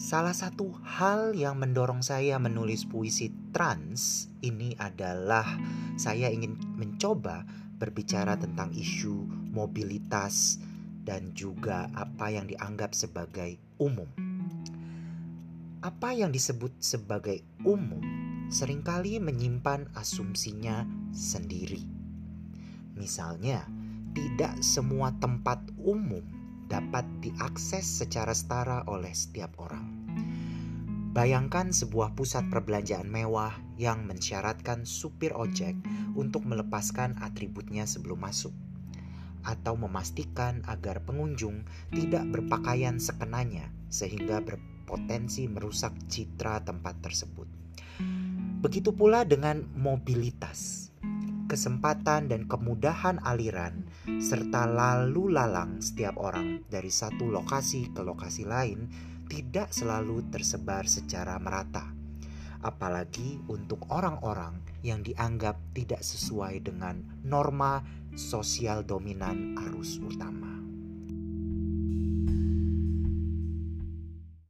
Salah satu hal yang mendorong saya menulis puisi trans ini adalah saya ingin mencoba berbicara tentang isu mobilitas dan juga apa yang dianggap sebagai umum. Apa yang disebut sebagai umum seringkali menyimpan asumsinya sendiri. Misalnya, tidak semua tempat umum dapat diakses secara setara oleh setiap orang. Bayangkan sebuah pusat perbelanjaan mewah yang mensyaratkan supir ojek untuk melepaskan atributnya sebelum masuk, atau memastikan agar pengunjung tidak berpakaian sekenanya sehingga berpotensi merusak citra tempat tersebut. Begitu pula dengan mobilitas. Kesempatan dan kemudahan aliran serta lalu lalang setiap orang dari satu lokasi ke lokasi lain tidak selalu tersebar secara merata, apalagi untuk orang-orang yang dianggap tidak sesuai dengan norma sosial dominan arus utama.